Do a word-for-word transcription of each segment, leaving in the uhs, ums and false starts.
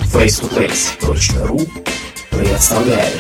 фейс ту фейс точка ру представляет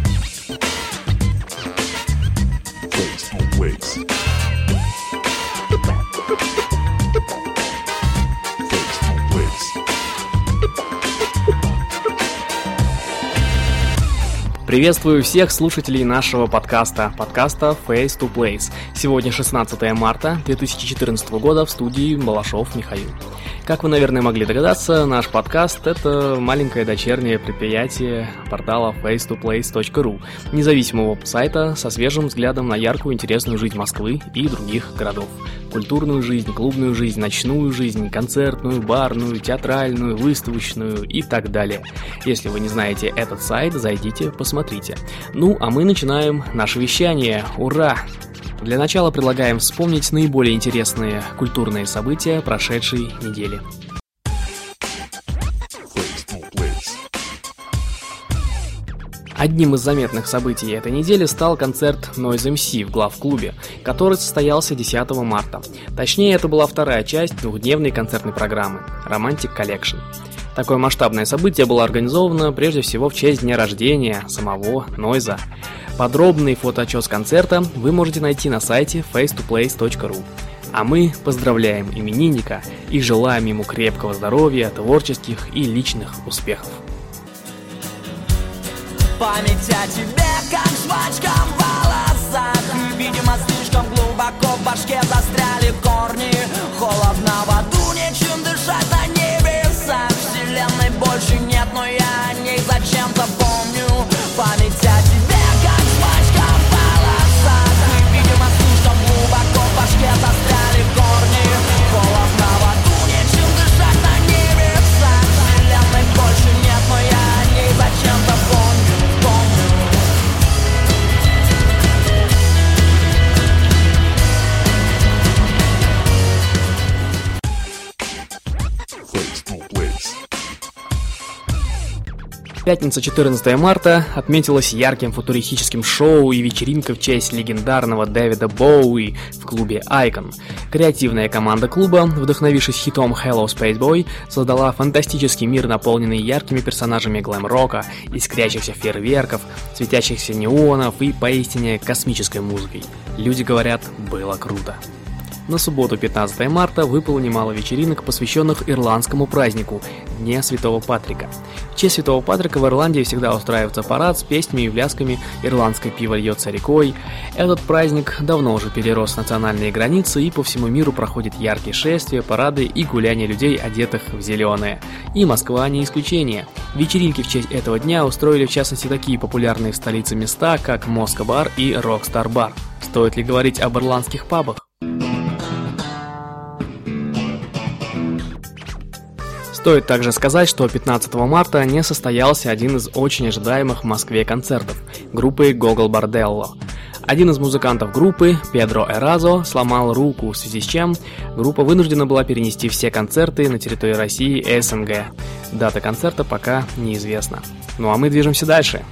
Приветствую всех слушателей нашего подкаста, подкаста Face to Place. Сегодня шестнадцатое марта две тысячи четырнадцатого года, в студии Балашов Михаил. Как вы, наверное, могли догадаться, наш подкаст – это маленькое дочернее предприятие портала фейс ту плейс точка ру, независимого сайта со свежим взглядом на яркую, интересную жизнь Москвы и других городов. Культурную жизнь, клубную жизнь, ночную жизнь, концертную, барную, театральную, выставочную и так далее. Если вы не знаете этот сайт, зайдите, посмотрите. Ну, а мы начинаем наше вещание. Ура! Для начала предлагаем вспомнить наиболее интересные культурные события прошедшей недели. Одним из заметных событий этой недели стал концерт Noise эм си в главклубе, который состоялся десятого марта. Точнее, это была вторая часть двухдневной концертной программы Romantic Collection. Такое масштабное событие было организовано прежде всего в честь дня рождения самого Нойза. Подробный фотоотчет с концерта вы можете найти на сайте фейс ту плейс точка ру. А мы поздравляем именинника и желаем ему крепкого здоровья, творческих и личных успехов. Память о тебе, как жвачка в волосах. Видимо, слишком глубоко в башке застряли корни. Холодно в аду, нечем дышать на небесах. Вселенной больше нет, но я о ней зачем-то помню. Память о тебе, как жвачка в волосах. Видимо, слишком глубоко в башке застряли корни. Холодно в аду, нечем дышать на небесах. Вселенной больше нет, но я о ней зачем-то помню. Пятница, четырнадцатое марта, отметилась ярким футуристическим шоу и вечеринкой в честь легендарного Дэвида Боуи в клубе Icon. Креативная команда клуба, вдохновившись хитом Hello Space Boy, создала фантастический мир, наполненный яркими персонажами глэм-рока, искрящихся фейерверков, светящихся неонов и поистине космической музыкой. Люди говорят, было круто. На субботу, пятнадцатое марта, выпало немало вечеринок, посвященных ирландскому празднику – Дня Святого Патрика. В честь Святого Патрика в Ирландии всегда устраивается парад с песнями и плясками, ирландское пиво льется рекой. Этот праздник давно уже перерос национальные границы, и по всему миру проходят яркие шествия, парады и гуляния людей, одетых в зеленое. И Москва не исключение. Вечеринки в честь этого дня устроили в частности такие популярные в столице места, как Москва-бар и Рокстар-бар. Стоит ли говорить об ирландских пабах? Стоит также сказать, что пятнадцатого марта не состоялся один из очень ожидаемых в Москве концертов группы Gogol Bordello. Один из музыкантов группы, Педро Эразо, сломал руку, в связи с чем группа вынуждена была перенести все концерты на территории России и эс эн гэ. Дата концерта пока неизвестна. Ну а мы движемся дальше.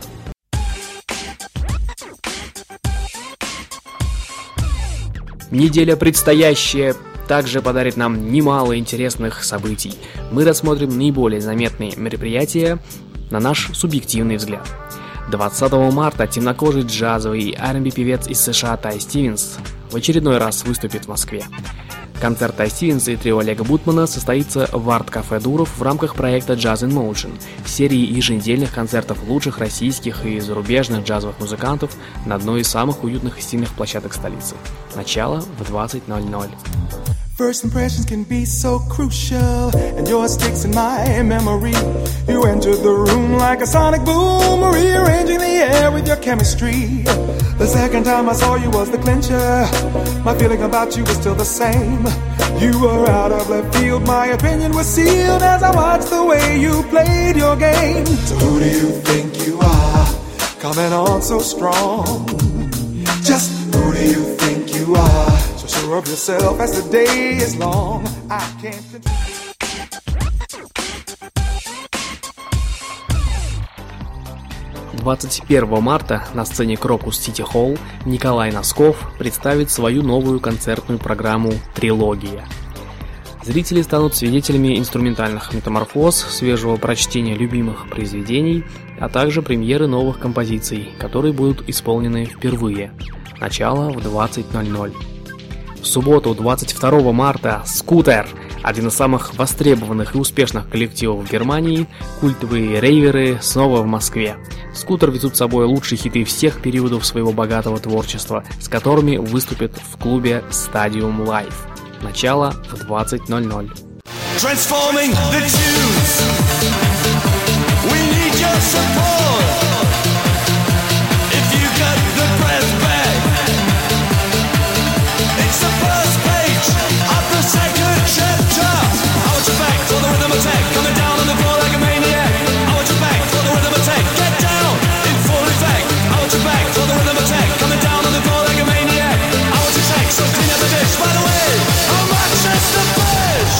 Неделя предстоящая также подарит нам немало интересных событий. Мы рассмотрим наиболее заметные мероприятия на наш субъективный взгляд. двадцатого марта темнокожий джазовый и ар энд би-певец из США Тай Стивенс в очередной раз выступит в Москве. Концерт Тай Стивенса и трио Олега Бутмана состоится в арт-кафе Дуров в рамках проекта Jazz in Motion, серии еженедельных концертов лучших российских и зарубежных джазовых музыкантов на одной из самых уютных и стильных площадок столицы. Начало в двадцать ноль ноль. First impressions can be so crucial, and yours sticks in my memory. You entered the room like a sonic boom, rearranging the air with your chemistry. The second time I saw you was the clincher. My feeling about you was still the same. You were out of left field, my opinion was sealed as I watched the way you played your game. So who do you think you are, coming on so strong? Just who do you think you are? Sure of yourself as the day is long. I can't control. двадцать первого марта на сцене Крокус Сити Холл Николай Носков представит свою новую концертную программу «Трилогия». Зрители станут свидетелями инструментальных метаморфоз, свежего прочтения любимых произведений, а также премьеры новых композиций, которые будут исполнены впервые. Начало в двадцать ноль ноль. В субботу, двадцать второго марта, Scooter, один из самых востребованных и успешных коллективов в Германии, культовые рейверы снова в Москве. Scooter везут с собой лучшие хиты всех периодов своего богатого творчества, с которыми выступят в клубе Stadium Live. Начало в двадцать ноль ноль. Transforming the tunes. We need your support. If you got the breath back, it's the first page of the second chapter. I want you back for the rhythm attack, coming down on the floor like a maniac. I want you back for the rhythm attack, get down in full effect. I want you back for the rhythm attack, coming down on the floor like a maniac. I want you back, so clean up the dish. By the way, how much is the fish?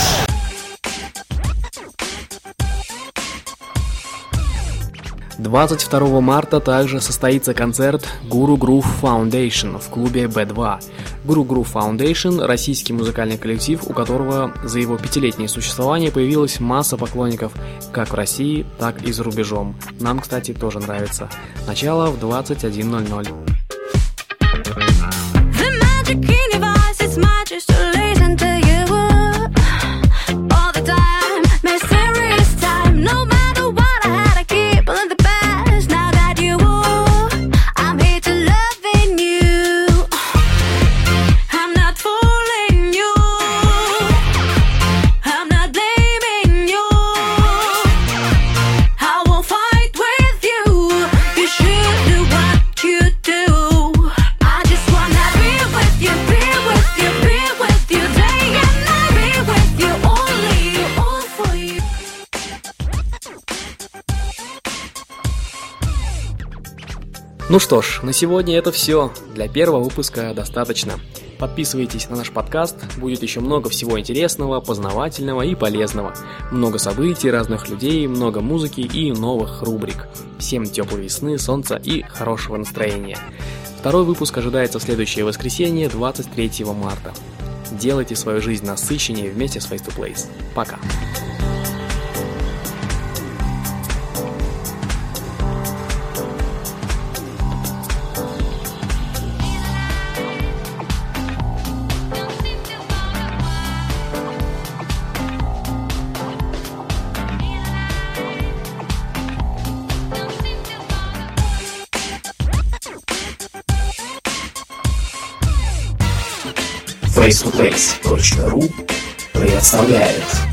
двадцать второго марта также состоится концерт Guru Groove Foundation в клубе би два. Guru Groove Foundation – российский музыкальный коллектив, у которого за его пятилетнее существование появилась масса поклонников как в России, так и за рубежом. Нам, кстати, тоже нравится. Начало в двадцать один ноль ноль. Ну что ж, на сегодня это все. Для первого выпуска достаточно. Подписывайтесь на наш подкаст, будет еще много всего интересного, познавательного и полезного. Много событий, разных людей, много музыки и новых рубрик. Всем теплой весны, солнца и хорошего настроения. Второй выпуск ожидается в следующее воскресенье, двадцать третьего марта. Делайте свою жизнь насыщеннее вместе с Face to Place. Пока! face to face точка ру представляет